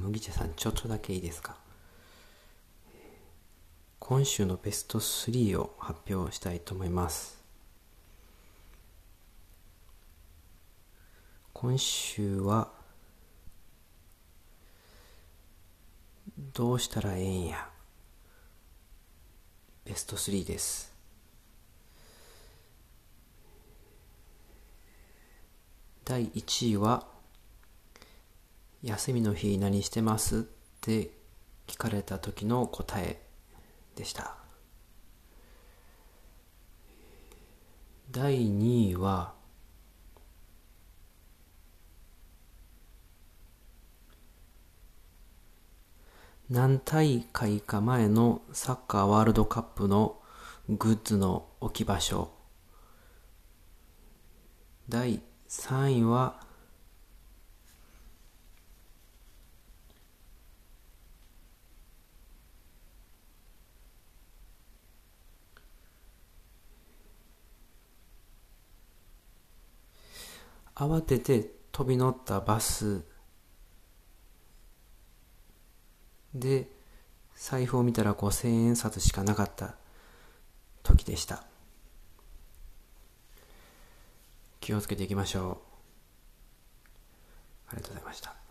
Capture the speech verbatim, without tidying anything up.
麦茶さん、ちょっとだけいいですか。今週のベストスリーを発表したいと思います。今週はどうしたらええんやベストスリーです。だいいちいは休みの日何してますって聞かれた時の答えでした。だいにいは何大会か前のサッカーワールドカップのグッズの置き場所。だいさんいは慌てて飛び乗ったバスで財布を見たらごせんえん札しかなかった時でした。気をつけていきましょう。ありがとうございました。